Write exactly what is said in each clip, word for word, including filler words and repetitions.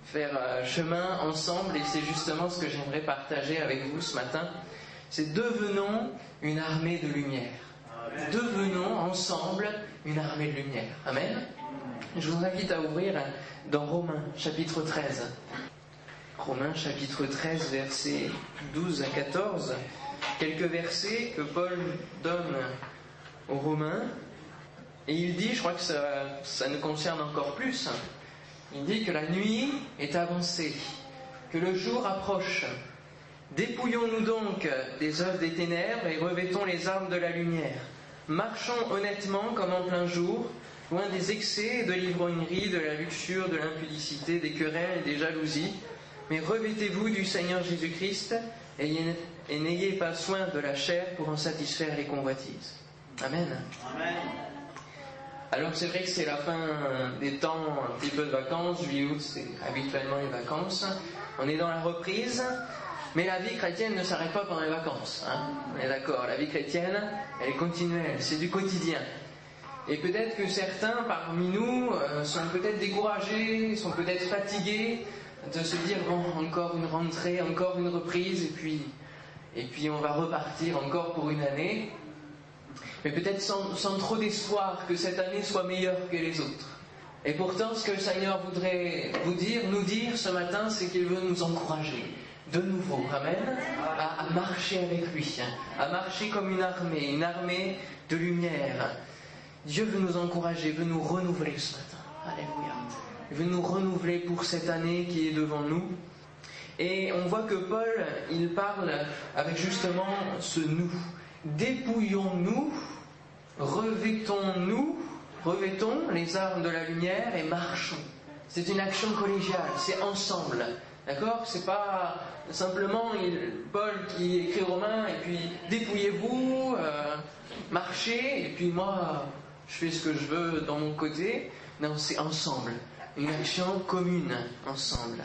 faire euh, chemin ensemble, et c'est justement ce que j'aimerais partager avec vous ce matin. C'est devenons une armée de lumière. Amen. Devenons ensemble une armée de lumière. Amen. Je vous invite à ouvrir dans Romains chapitre treize. Romains chapitre treize, versets douze à quatorze. Quelques versets que Paul donne aux Romains. Et il dit, je crois que ça, ça nous concerne encore plus, il dit que la nuit est avancée, que le jour approche. Dépouillons-nous donc des œuvres des ténèbres et revêtons les armes de la lumière. Marchons honnêtement comme en plein jour, loin des excès et de l'ivrognerie, de la luxure, de l'impudicité, des querelles et des jalousies. Mais revêtez-vous du Seigneur Jésus-Christ et, et n'ayez pas soin de la chair pour en satisfaire les convoitises. Amen. Amen. Alors c'est vrai que c'est la fin des temps un petit peu de vacances, juillet, août c'est habituellement les vacances. On est dans la reprise, mais la vie chrétienne ne s'arrête pas pendant les vacances. Hein, on est d'accord, la vie chrétienne, elle est continuelle, c'est du quotidien. Et peut-être que certains parmi nous euh, sont peut-être découragés, sont peut-être fatigués de se dire bon, encore une rentrée, encore une reprise, et puis, et puis on va repartir encore pour une année. Mais peut-être sans, sans trop d'espoir que cette année soit meilleure que les autres. Et pourtant, ce que le Seigneur voudrait vous dire, nous dire ce matin, c'est qu'il veut nous encourager de nouveau, amen, à, à marcher avec lui, à marcher comme une armée, une armée de lumière. Dieu veut nous encourager, veut nous renouveler ce matin. Alléluia. Il veut nous renouveler pour cette année qui est devant nous. Et on voit que Paul, il parle avec justement ce « nous ». Dépouillons-nous, revêtons-nous, revêtons les armes de la lumière et marchons. C'est une action collégiale, c'est ensemble. D'accord ? C'est pas simplement il, Paul qui écrit Romains et puis dépouillez-vous, euh, marchez, et puis moi je fais ce que je veux dans mon côté. Non, c'est ensemble. Une action commune, ensemble.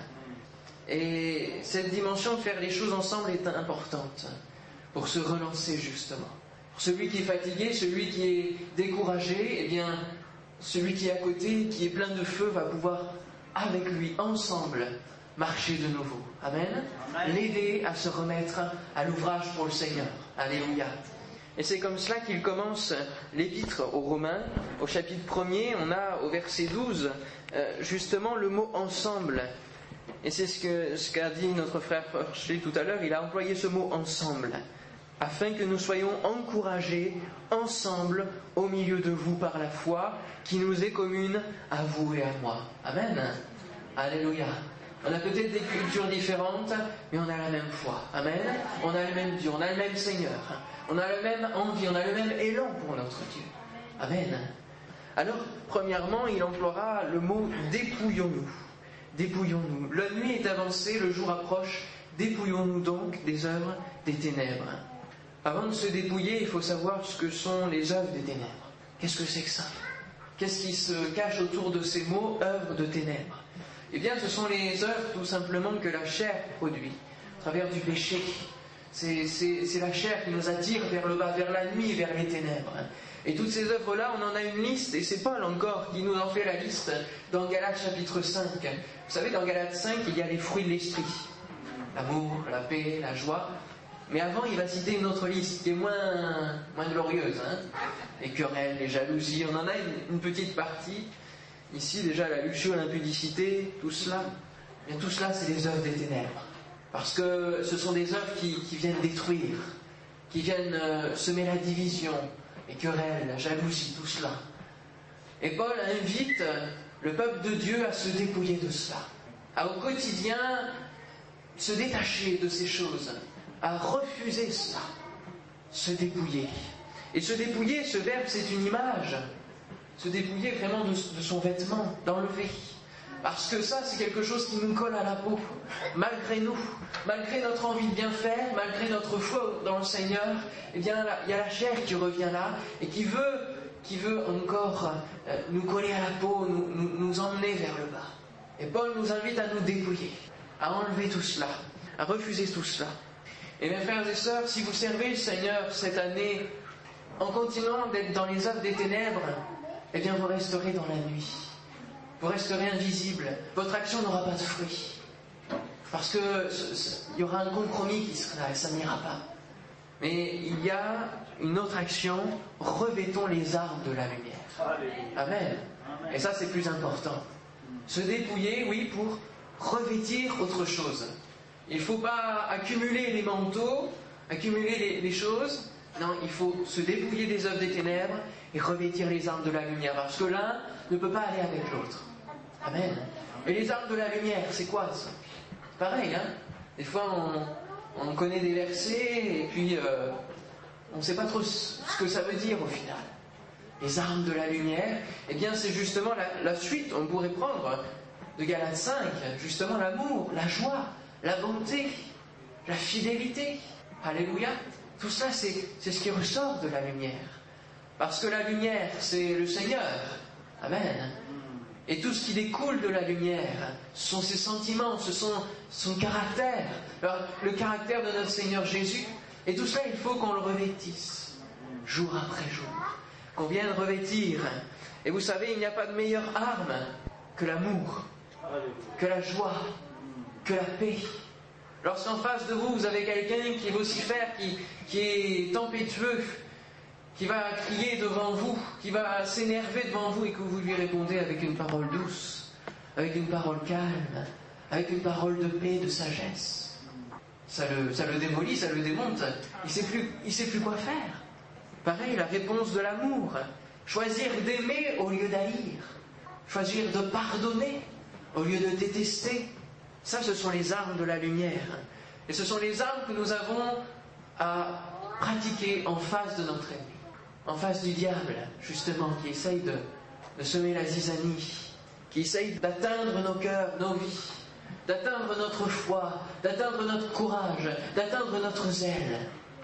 Et cette dimension de faire les choses ensemble est importante. Pour se relancer justement. Pour celui qui est fatigué, celui qui est découragé, eh bien, celui qui est à côté, qui est plein de feu, va pouvoir, avec lui, ensemble, marcher de nouveau. Amen. Amen. L'aider à se remettre à l'ouvrage pour le Seigneur. Alléluia. Et c'est comme cela qu'il commence l'épître aux Romains. Au chapitre premier, on a au verset douze, euh, justement le mot « ensemble ». Et c'est ce, que, ce qu'a dit notre frère Forchet tout à l'heure, il a employé ce mot « ensemble ». Afin que nous soyons encouragés ensemble au milieu de vous par la foi qui nous est commune à vous et à moi. Amen. Alléluia. On a peut-être des cultures différentes, mais on a la même foi. Amen. On a le même Dieu, on a le même Seigneur. On a la même envie, on a le même élan pour notre Dieu. Amen. Alors, premièrement, il emploiera le mot « dépouillons-nous ». Dépouillons-nous. La nuit est avancée, le jour approche. Dépouillons-nous donc des œuvres des ténèbres. Avant de se dépouiller, il faut savoir ce que sont les œuvres des ténèbres. Qu'est-ce que c'est que ça ? Qu'est-ce qui se cache autour de ces mots, œuvres de ténèbres ? Eh bien, ce sont les œuvres tout simplement que la chair produit, à travers du péché. C'est, c'est, c'est la chair qui nous attire vers le bas, vers la nuit, vers les ténèbres. Et toutes ces œuvres-là, on en a une liste, et c'est Paul encore qui nous en fait la liste dans Galates chapitre cinq. Vous savez, dans Galates cinq, il y a les fruits de l'esprit. L'amour, la paix, la joie. Mais avant, il va citer une autre liste qui est moins, moins glorieuse. Hein. Les querelles, les jalousies, on en a une, une petite partie. Ici, déjà, la luxure, l'impudicité, tout cela. Bien, tout cela, c'est les œuvres des ténèbres. Parce que ce sont des œuvres qui, qui viennent détruire, qui viennent euh, semer la division, les querelles, la jalousie, tout cela. Et Paul invite le peuple de Dieu à se dépouiller de cela, à au quotidien se détacher de ces choses, à refuser cela, se dépouiller. Et se dépouiller, ce verbe, c'est une image. Se dépouiller vraiment de, de son vêtement, d'enlever. Parce que ça, c'est quelque chose qui nous colle à la peau, malgré nous, malgré notre envie de bien faire, malgré notre foi dans le Seigneur. Eh bien, il y a la chair qui revient là et qui veut, qui veut encore euh, nous coller à la peau, nous, nous, nous emmener vers le bas. Et Paul nous invite à nous dépouiller, à enlever tout cela, à refuser tout cela. Et mes frères et sœurs, si vous servez le Seigneur cette année en continuant d'être dans les œuvres des ténèbres, eh bien vous resterez dans la nuit. vous resterez invisible, votre action n'aura pas de fruit. Parce qu'il y aura un compromis qui sera, et ça n'ira pas. Mais il y a une autre action, revêtons les armes de la lumière. Amen. Et ça, c'est plus important. Se dépouiller, oui, pour revêtir autre chose. Il ne faut pas accumuler les manteaux, accumuler les, les choses. Non, il faut se dépouiller des œuvres des ténèbres et revêtir les armes de la lumière. Parce que l'un ne peut pas aller avec l'autre. Amen. Et les armes de la lumière, c'est quoi ça? Pareil, hein. Des fois, on, on connaît des versets et puis euh, on ne sait pas trop ce que ça veut dire au final. Les armes de la lumière, eh bien, c'est justement la, la suite, on pourrait prendre de Galates cinq, justement l'amour, la joie, la bonté, la fidélité. Alléluia. Tout ça, c'est, c'est ce qui ressort de la lumière. Parce que la lumière, c'est le Seigneur. Amen. Et tout ce qui découle de la lumière, ce sont ses sentiments, ce sont son caractère, alors, le caractère de notre Seigneur Jésus. Et tout cela, il faut qu'on le revêtisse, jour après jour, qu'on vienne revêtir. Et vous savez, il n'y a pas de meilleure arme que l'amour, que la joie, que la paix. Lorsqu'en face de vous, vous avez quelqu'un qui est vocifère, qui, qui est tempétueux, qui va crier devant vous, qui va s'énerver devant vous et que vous lui répondez avec une parole douce, avec une parole calme, avec une parole de paix, de sagesse. Ça le, ça le démolit, ça le démonte. Il ne sait plus, il sait plus quoi faire. Pareil, la réponse de l'amour. Choisir d'aimer au lieu d'haïr. Choisir de pardonner au lieu de détester. Ça, ce sont les armes de la lumière. Et ce sont les armes que nous avons à pratiquer en face de notre ennemi. En face du diable, justement, qui essaye de, de semer la zizanie, qui essaye d'atteindre nos cœurs, nos vies, d'atteindre notre foi, d'atteindre notre courage, d'atteindre notre zèle.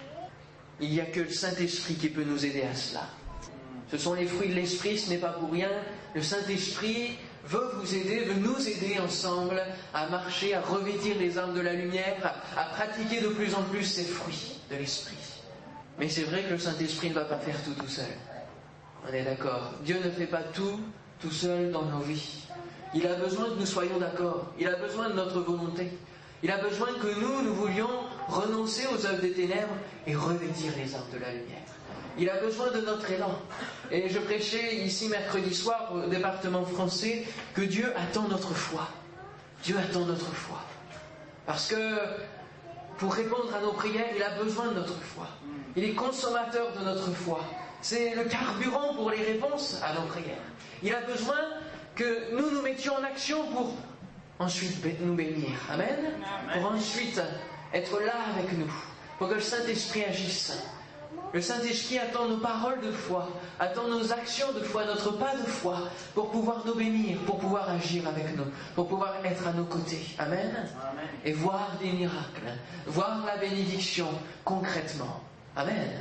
Il n'y a que le Saint-Esprit qui peut nous aider à cela. Ce sont les fruits de l'Esprit, ce n'est pas pour rien. Le Saint-Esprit veut vous aider, veut nous aider ensemble à marcher, à revêtir les armes de la lumière, à, à pratiquer de plus en plus ces fruits de l'Esprit. Mais c'est vrai que le Saint-Esprit ne va pas faire tout tout seul. On est d'accord. Dieu ne fait pas tout tout seul dans nos vies. Il a besoin que nous soyons d'accord. Il a besoin de notre volonté. Il a besoin que nous, nous voulions renoncer aux œuvres des ténèbres et revêtir les armes de la lumière. Il a besoin de notre élan. Et je prêchais ici mercredi soir au département français que Dieu attend notre foi. Dieu attend notre foi. Parce que pour répondre à nos prières, il a besoin de notre foi. Il est consommateur de notre foi. C'est le carburant pour les réponses à nos prières. Il a besoin que nous nous mettions en action pour ensuite nous bénir. Amen. Pour ensuite être là avec nous. Pour que le Saint-Esprit agisse. Le Saint-Esprit attend nos paroles de foi, attend nos actions de foi, notre pas de foi, pour pouvoir nous bénir, pour pouvoir agir avec nous, pour pouvoir être à nos côtés. Amen. Amen. Et voir des miracles, voir la bénédiction concrètement. Amen.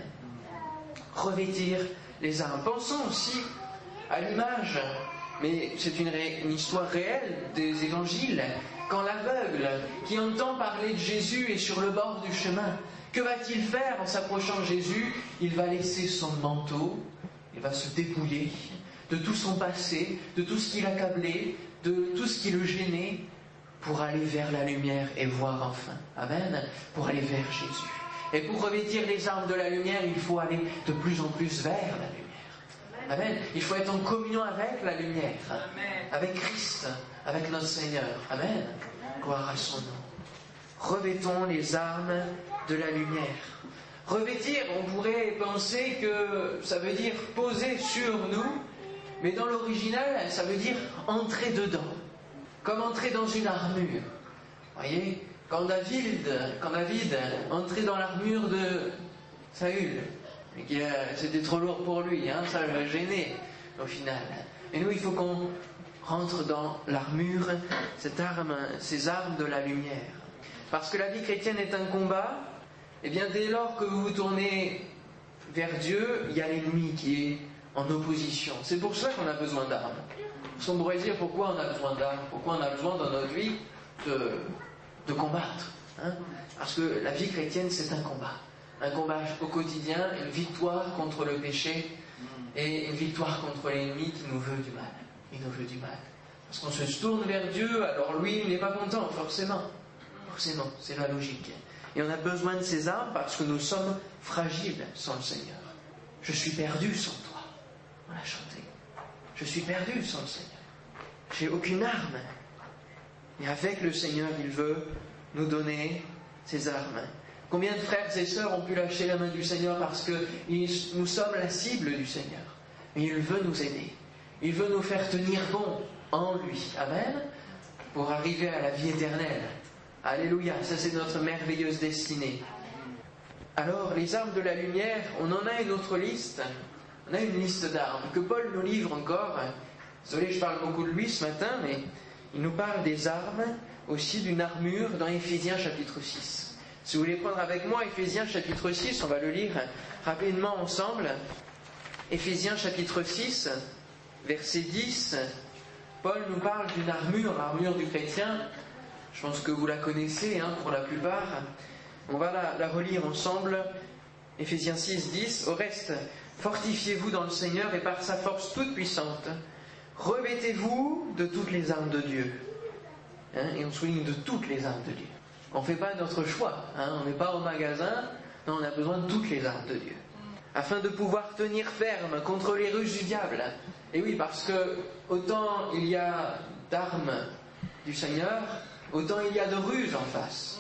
Revêtir les armes. Pensons aussi à l'image, mais c'est une, ré, une histoire réelle des évangiles, quand l'aveugle qui entend parler de Jésus est sur le bord du chemin. Que va-t-il faire en s'approchant de Jésus? Il va laisser son manteau, il va se dépouiller de tout son passé, de tout ce qui l'accablait, de tout ce qui le gênait, pour aller vers la lumière et voir enfin. Amen. Pour aller vers Jésus. Et pour revêtir les armes de la lumière, il faut aller de plus en plus vers la lumière. Amen. Il faut être en communion avec la lumière, avec Christ, avec notre Seigneur. Amen. Gloire à son nom. Revêtons les armes de la lumière. Revêtir, on pourrait penser que ça veut dire poser sur nous, mais dans l'original, ça veut dire entrer dedans, comme entrer dans une armure. Voyez, quand David, quand David entrait dans l'armure de Saül, et qu'il a, c'était trop lourd pour lui, hein, ça le gênait au final. Et nous, il faut qu'on rentre dans l'armure, cette arme, ces armes de la lumière. Parce que la vie chrétienne est un combat, et bien dès lors que vous vous tournez vers Dieu, il y a l'ennemi qui est en opposition. C'est pour ça qu'on a besoin d'armes. Parce qu'on pourrait dire pourquoi on a besoin d'armes, pourquoi on a besoin dans notre vie de, de combattre. Hein? Parce que la vie chrétienne, c'est un combat. Un combat au quotidien, une victoire contre le péché et une victoire contre l'ennemi qui nous veut du mal. Il nous veut du mal. Parce qu'on se tourne vers Dieu, alors lui, il n'est pas content, forcément. Forcément, c'est la logique. Et on a besoin de ces armes parce que nous sommes fragiles sans le Seigneur. Je suis perdu sans toi. On l'a chanté. Je suis perdu sans le Seigneur. J'ai aucune arme. Et avec le Seigneur, il veut nous donner ces armes. Combien de frères et sœurs ont pu lâcher la main du Seigneur parce que nous sommes la cible du Seigneur. Mais il veut nous aider. Il veut nous faire tenir bon en lui. Amen. Pour arriver à la vie éternelle. Alléluia. Ça, c'est notre merveilleuse destinée. Alors, les armes de la lumière, on en a une autre liste. On a une liste d'armes que Paul nous livre encore. Désolé, je parle beaucoup de lui ce matin, mais il nous parle des armes, aussi d'une armure dans Éphésiens chapitre six. Si vous voulez prendre avec moi Éphésiens chapitre six, on va le lire rapidement ensemble. Éphésiens chapitre six, verset dix, Paul nous parle d'une armure, l'armure du chrétien. Je pense que vous la connaissez hein, pour la plupart. On va la, la relire ensemble. Éphésiens six, dix. Au reste, fortifiez-vous dans le Seigneur et par sa force toute puissante, revêtez-vous de toutes les armes de Dieu. Hein, et on souligne de toutes les armes de Dieu. On ne fait pas notre choix. Hein, on n'est pas au magasin. Non, on a besoin de toutes les armes de Dieu. Afin de pouvoir tenir ferme contre les ruses du diable. Et oui, parce que autant il y a d'armes du Seigneur, autant il y a de ruses en face.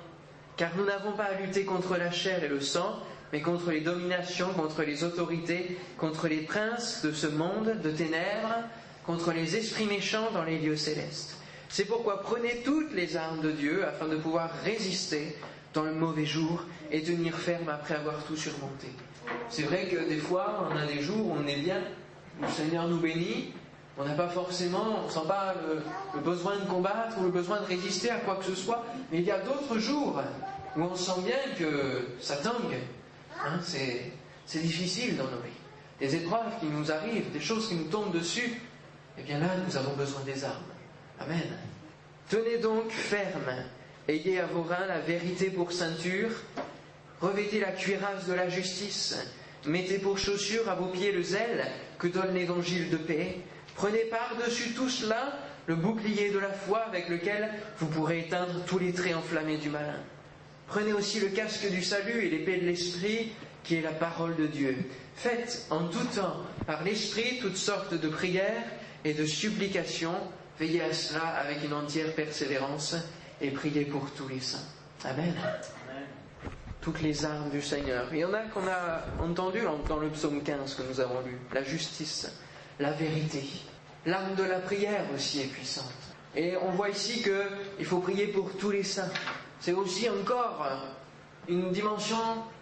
Car nous n'avons pas à lutter contre la chair et le sang, mais contre les dominations, contre les autorités, contre les princes de ce monde de ténèbres, contre les esprits méchants dans les lieux célestes. C'est pourquoi prenez toutes les armes de Dieu afin de pouvoir résister dans le mauvais jour et tenir ferme après avoir tout surmonté. C'est vrai que des fois, on a des jours où on est bien, le Seigneur nous bénit, on n'a pas forcément, on ne sent pas le, le besoin de combattre ou le besoin de résister à quoi que ce soit, mais il y a d'autres jours où on sent bien que ça tangue. Hein, c'est, c'est difficile dans nos vies. Des épreuves qui nous arrivent, des choses qui nous tombent dessus, et bien là, nous avons besoin des armes. Amen. Tenez donc ferme, ayez à vos reins la vérité pour ceinture, revêtez la cuirasse de la justice, mettez pour chaussure à vos pieds le zèle que donne l'évangile de paix, prenez par-dessus tout cela le bouclier de la foi avec lequel vous pourrez éteindre tous les traits enflammés du malin. Prenez aussi le casque du salut et l'épée de l'esprit qui est la parole de Dieu. Faites en tout temps par l'esprit toutes sortes de prières et de supplications. Veillez à cela avec une entière persévérance et priez pour tous les saints. Amen. Amen. Toutes les armes du Seigneur. Il y en a qu'on a entendu dans le psaume quinze que nous avons lu. La justice, la vérité. L'arme de la prière aussi est puissante. Et on voit ici qu'il faut prier pour tous les saints. C'est aussi encore une dimension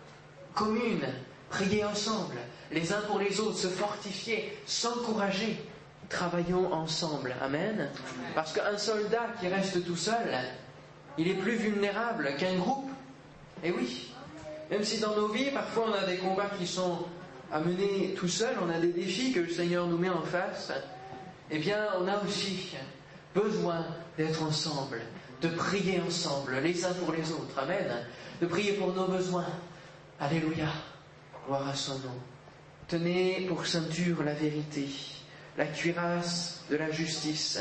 commune. Prier ensemble, les uns pour les autres, se fortifier, s'encourager. Travaillons ensemble. Amen. Parce qu'un soldat qui reste tout seul, il est plus vulnérable qu'un groupe. Et oui, même si dans nos vies, parfois on a des combats qui sont à mener tout seul, on a des défis que le Seigneur nous met en face, eh bien on a aussi besoin d'être ensemble, de prier ensemble, les uns pour les autres. Amen. De prier pour nos besoins. Alléluia. Gloire à son nom. Tenez pour ceinture la vérité, la cuirasse de la justice,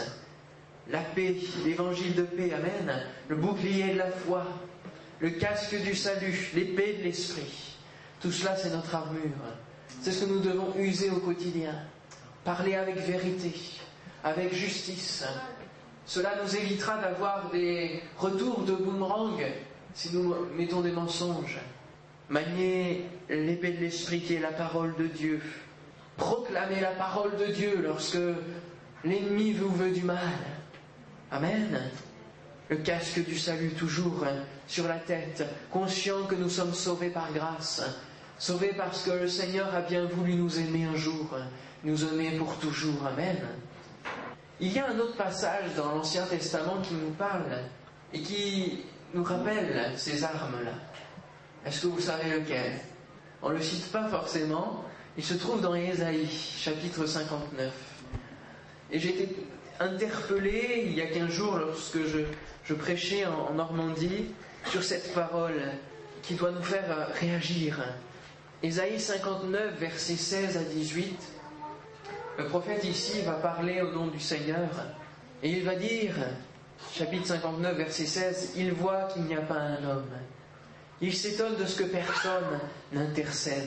la paix, l'évangile de paix, amen, le bouclier de la foi, le casque du salut, l'épée de l'esprit. Tout cela, c'est notre armure. C'est ce que nous devons user au quotidien. Parler avec vérité, avec justice. Cela nous évitera d'avoir des retours de boomerang si nous mettons des mensonges. Manier l'épée de l'esprit qui est la parole de Dieu. Proclamer la parole de Dieu lorsque l'ennemi vous veut du mal. Amen. Le casque du salut toujours sur la tête, conscient que nous sommes sauvés par grâce, sauvés parce que le Seigneur a bien voulu nous aimer un jour, nous aimer pour toujours. Amen. Il y a un autre passage dans l'Ancien Testament qui nous parle et qui nous rappelle ces armes-là. Est-ce que vous savez lequel? On ne le cite pas forcément. Il se trouve dans Ésaïe, chapitre cinquante-neuf. Et j'ai été interpellé il y a quinze jours lorsque je, je prêchais en, en Normandie sur cette parole qui doit nous faire réagir. Ésaïe cinquante-neuf, versets seize à dix-huit. Le prophète ici va parler au nom du Seigneur Et il va dire, chapitre cinquante-neuf, verset seize, « Il voit qu'il n'y a pas un homme. Il s'étonne de ce que personne n'intercède. »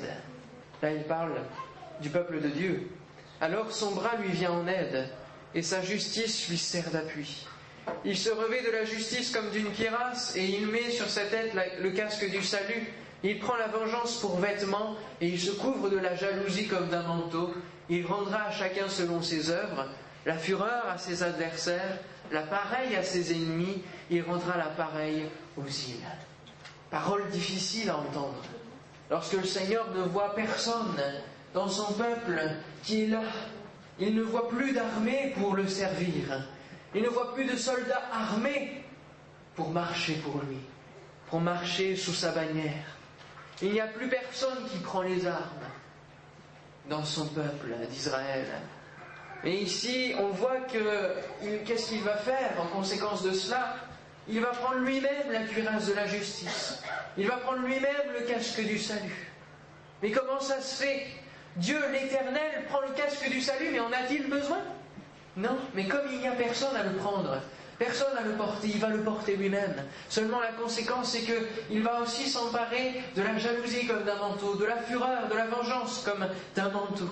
Là, il parle du peuple de Dieu. « Alors son bras lui vient en aide, et sa justice lui sert d'appui. Il se revêt de la justice comme d'une cuirasse, et il met sur sa tête la, le casque du salut. Il prend la vengeance pour vêtement, et il se couvre de la jalousie comme d'un manteau. Il rendra à chacun selon ses œuvres, la fureur à ses adversaires, la pareille à ses ennemis, il rendra la pareille aux îles. » Parole difficile à entendre. Lorsque le Seigneur ne voit personne dans son peuple qui est là, il ne voit plus d'armée pour le servir. Il ne voit plus de soldats armés pour marcher pour lui, pour marcher sous sa bannière. Il n'y a plus personne qui prend les armes dans son peuple d'Israël. Mais ici, on voit que, qu'est-ce qu'il va faire en conséquence de cela? Il va prendre lui-même la cuirasse de la justice. Il va prendre lui-même le casque du salut. Mais comment ça se fait? Dieu, l'Éternel, prend le casque du salut, mais en a-t-il besoin? Non, mais comme il n'y a personne à le prendre, personne à le porter, il va le porter lui-même. Seulement la conséquence, c'est qu'il va aussi s'emparer de la jalousie comme d'un manteau, de la fureur, de la vengeance comme d'un manteau.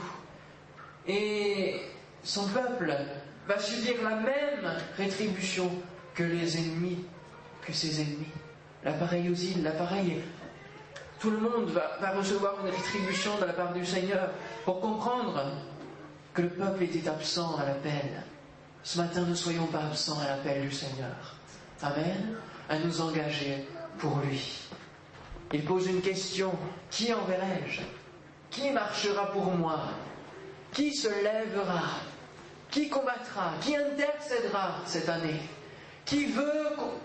Et son peuple va subir la même rétribution que les ennemis, que ses ennemis. L'appareil aux îles, l'appareil. Tout le monde va, va recevoir une rétribution de la part du Seigneur pour comprendre que le peuple était absent à l'appel. Ce matin, ne soyons pas absents à l'appel du Seigneur. Amen. À nous engager pour lui. Il pose une question. Qui enverrai-je? Qui marchera pour moi? Qui se lèvera? Qui combattra? Qui intercédera cette année? Qui veut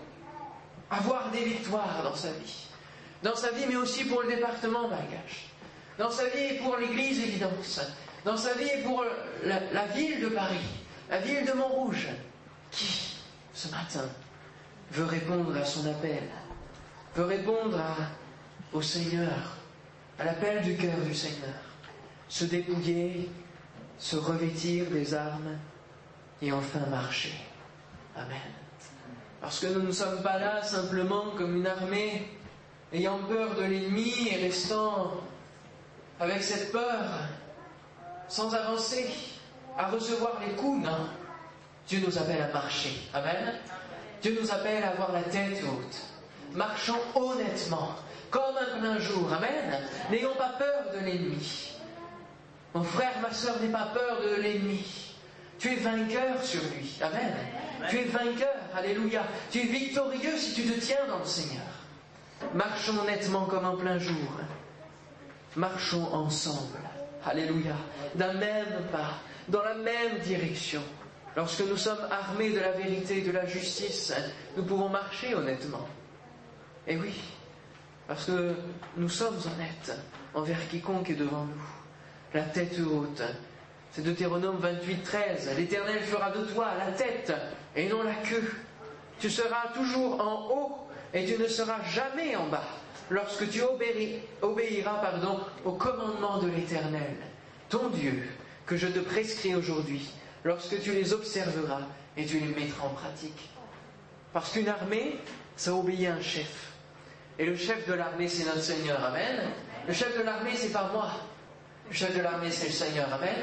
avoir des victoires dans sa vie? Dans sa vie, mais aussi pour le département malgache. Dans sa vie et pour l'église Évidence. Dans sa vie et pour la, la ville de Paris. La ville de Montrouge. Qui, ce matin, veut répondre à son appel? Veut répondre à, au Seigneur, à l'appel du cœur du Seigneur? Se dépouiller, se revêtir des armes et enfin marcher. Amen. Parce que nous ne sommes pas là simplement comme une armée ayant peur de l'ennemi et restant avec cette peur, sans avancer, à recevoir les coups. Non. Dieu nous appelle à marcher. Amen. Dieu nous appelle à avoir la tête haute. Marchons honnêtement, comme un plein jour. Amen. N'ayons pas peur de l'ennemi. Mon frère, ma sœur, n'aie pas peur de l'ennemi. Tu es vainqueur sur lui. Amen. Amen. Tu es vainqueur. Alléluia. Tu es victorieux si tu te tiens dans le Seigneur. Marchons honnêtement comme en plein jour. Marchons ensemble. Alléluia. D'un même pas, dans la même direction. Lorsque nous sommes armés de la vérité et de la justice, nous pouvons marcher honnêtement. Et oui, parce que nous sommes honnêtes envers quiconque est devant nous. La tête haute. C'est Deutéronome vingt-huit, treize. L'Éternel fera de toi la tête et non la queue. Tu seras toujours en haut et tu ne seras jamais en bas lorsque tu obéiras, obéiras pardon, au commandement de l'Éternel, ton Dieu, que je te prescris aujourd'hui, lorsque tu les observeras et tu les mettras en pratique. Parce qu'une armée, ça obéit à un chef. Et le chef de l'armée, c'est notre Seigneur. Amen. Le chef de l'armée, c'est pas moi. Le chef de l'armée, c'est le Seigneur. Amen.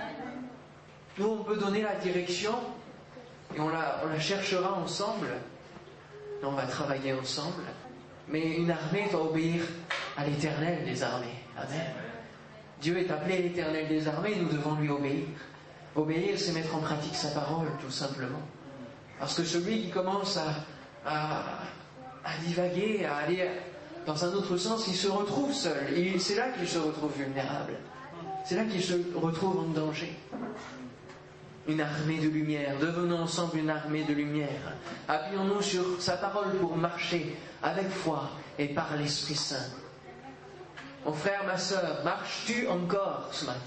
Nous, on peut donner la direction et on la, on la cherchera ensemble. On va travailler ensemble. Mais une armée doit obéir à l'Éternel des armées. Amen. Dieu est appelé l'Éternel des armées, nous devons lui obéir. Obéir, c'est mettre en pratique sa parole, tout simplement. Parce que celui qui commence à, à, à divaguer, à aller dans un autre sens, il se retrouve seul. Et c'est là qu'il se retrouve vulnérable. C'est là qu'il se retrouve en danger. Une armée de lumière. Devenons ensemble une armée de lumière. Appuyons-nous sur sa parole pour marcher avec foi et par l'Esprit Saint. Mon frère, ma sœur, marches-tu encore ce matin?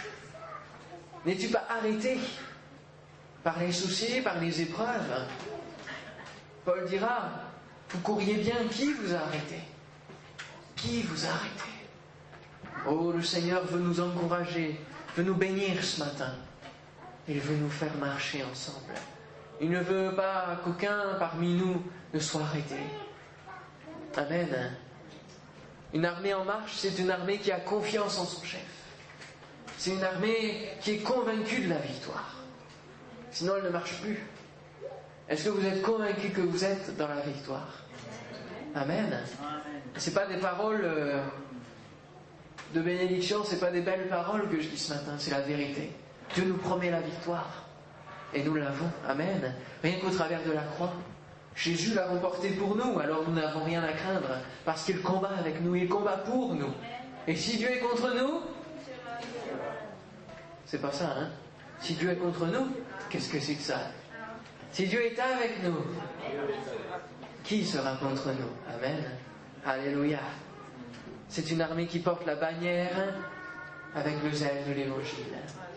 N'es-tu pas arrêté par les soucis, par les épreuves? Paul dira, vous couriez bien, qui vous a arrêté? Qui vous a arrêté? Oh, le Seigneur veut nous encourager, veut nous bénir ce matin. Il veut nous faire marcher ensemble. Il ne veut pas qu'aucun parmi nous ne soit arrêté. Amen. Une armée en marche, c'est une armée qui a confiance en son chef. C'est une armée qui est convaincue de la victoire. Sinon, elle ne marche plus. Est-ce que vous êtes convaincu que vous êtes dans la victoire? Amen. Ce n'est pas des paroles euh, de bénédiction, ce n'est pas des belles paroles que je dis ce matin, c'est la vérité. Dieu nous promet la victoire. Et nous l'avons. Amen. Rien qu'au travers de la croix. Jésus l'a remporté pour nous, alors nous n'avons rien à craindre, parce qu'il combat avec nous, il combat pour nous. Et si Dieu est contre nous, c'est pas ça, hein? Si Dieu est contre nous, qu'est-ce que c'est que ça? Si Dieu est avec nous, qui sera contre nous? Amen. Alléluia. C'est une armée qui porte la bannière avec le zèle de l'Évangile.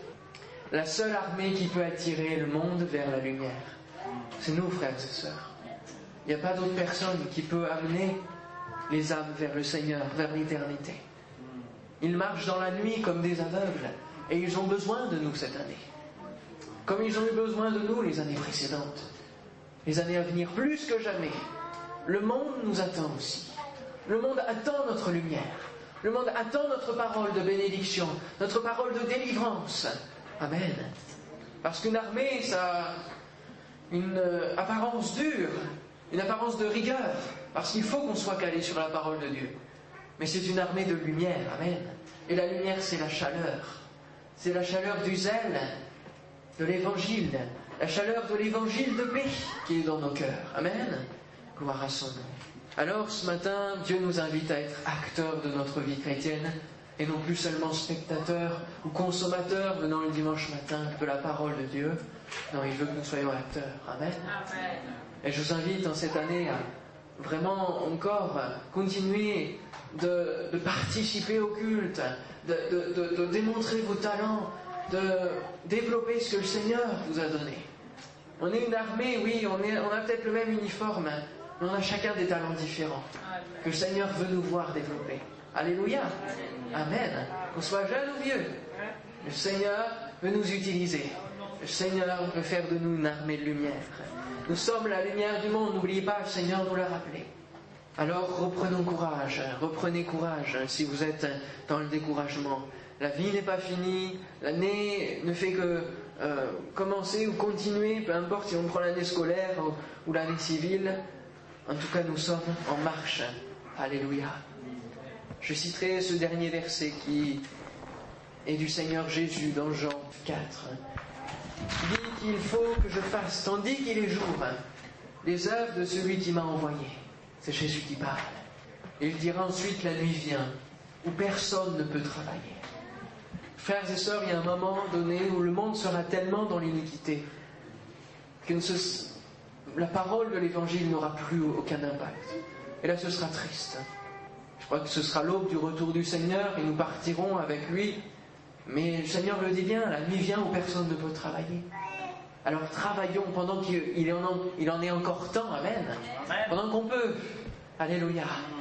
La seule armée qui peut attirer le monde vers la lumière, c'est nous, frères et sœurs. Il n'y a pas d'autre personne qui peut amener les âmes vers le Seigneur, vers l'éternité. Ils marchent dans la nuit comme des aveugles et ils ont besoin de nous cette année. Comme ils ont eu besoin de nous les années précédentes. Les années à venir, plus que jamais. Le monde nous attend aussi. Le monde attend notre lumière. Le monde attend notre parole de bénédiction, notre parole de délivrance. Amen. Parce qu'une armée, ça a une apparence dure, une apparence de rigueur, parce qu'il faut qu'on soit calé sur la parole de Dieu. Mais c'est une armée de lumière, amen. Et la lumière, c'est la chaleur. C'est la chaleur du zèle, de l'évangile, la chaleur de l'évangile de paix qui est dans nos cœurs. Amen. Gloire à son nom. Alors, ce matin, Dieu nous invite à être acteurs de notre vie chrétienne, et non plus seulement spectateurs ou consommateurs venant le dimanche matin de la parole de Dieu. Non, il veut que nous soyons acteurs. Amen. Amen. Et je vous invite en cette année à vraiment encore continuer de, de participer au culte, de, de, de, de démontrer vos talents, de développer ce que le Seigneur vous a donné. On est une armée, oui, on, est, on a peut-être le même uniforme, mais on a chacun des talents différents que le Seigneur veut nous voir développer. Alléluia. Amen. Qu'on soit jeune ou vieux, le Seigneur veut nous utiliser. Le Seigneur veut faire de nous une armée de lumière. Nous sommes la lumière du monde, n'oubliez pas, le Seigneur nous l'a rappelé. Alors reprenons courage, reprenez courage si vous êtes dans le découragement. La vie n'est pas finie, l'année ne fait que euh, commencer ou continuer, peu importe si on prend l'année scolaire ou, ou l'année civile. En tout cas, nous sommes en marche. Alléluia. Je citerai ce dernier verset qui est du Seigneur Jésus dans Jean quatre. Il dit qu'il faut que je fasse, tandis qu'il est jour, les œuvres de celui qui m'a envoyé. C'est Jésus qui parle. Et il dira ensuite, la nuit vient, où personne ne peut travailler. Frères et sœurs, il y a un moment donné où le monde sera tellement dans l'iniquité que ce, la parole de l'Évangile n'aura plus aucun impact. Et là, ce sera triste. Je crois que ce sera l'aube du retour du Seigneur et nous partirons avec lui. Mais le Seigneur le dit bien, la nuit vient où personne ne peut travailler. Alors travaillons pendant qu'il en, il en est encore temps, amen. Pendant qu'on peut. Alléluia.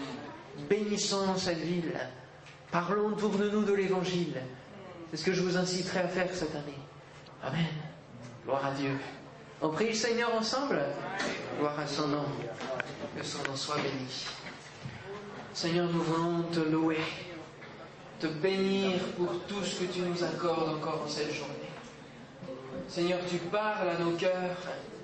Bénissons cette ville. Parlons autour de nous de l'Évangile. C'est ce que je vous inciterai à faire cette année. Amen. Gloire à Dieu. On prie le Seigneur ensemble. Gloire à son nom. Que son nom soit béni. Seigneur, nous voulons te louer, te bénir pour tout ce que tu nous accordes encore en cette journée. Seigneur, tu parles à nos cœurs.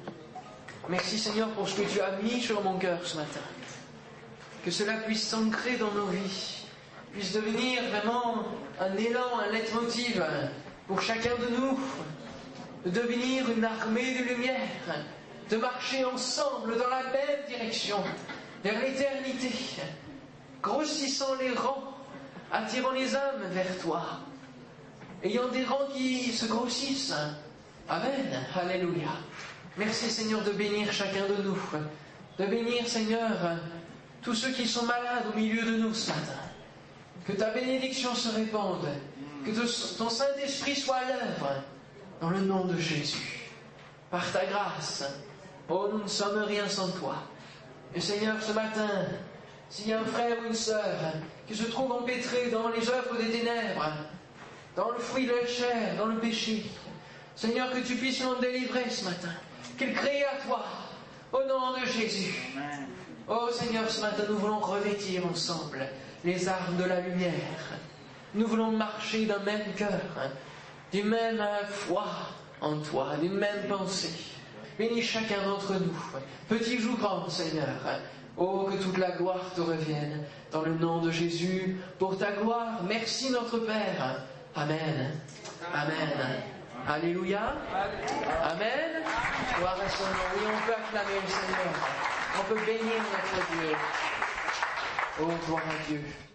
Merci Seigneur pour ce que tu as mis sur mon cœur ce matin. Que cela puisse s'ancrer dans nos vies, puisse devenir vraiment un élan, un leitmotiv pour chacun de nous, de devenir une armée de lumière, de marcher ensemble dans la même direction, vers l'éternité, grossissant les rangs, attirant les âmes vers toi, ayant des rangs qui se grossissent. Amen. Alléluia. Merci Seigneur de bénir chacun de nous, de bénir Seigneur tous ceux qui sont malades au milieu de nous ce matin. Que ta bénédiction se répande, que ton Saint-Esprit soit à l'œuvre dans le nom de Jésus. Par ta grâce, oh nous ne sommes rien sans toi. Et Seigneur, ce matin, s'il y a un frère ou une sœur qui se trouve empêtré dans les œuvres des ténèbres, dans le fruit de la chair, dans le péché, Seigneur, que tu puisses l'en délivrer ce matin, qu'ils crient à toi, au nom de Jésus. Oh Seigneur, ce matin, nous voulons revêtir ensemble les armes de la lumière. Nous voulons marcher d'un même cœur, d'une même foi en toi, d'une même pensée. Bénis chacun d'entre nous, petits ou grands, Seigneur. Oh, que toute la gloire te revienne, dans le nom de Jésus, pour ta gloire. Merci notre Père. Amen. Amen. Alléluia. Amen. Gloire à son nom. Oui, on peut acclamer le Seigneur. On peut bénir notre Dieu. Oh, gloire à Dieu.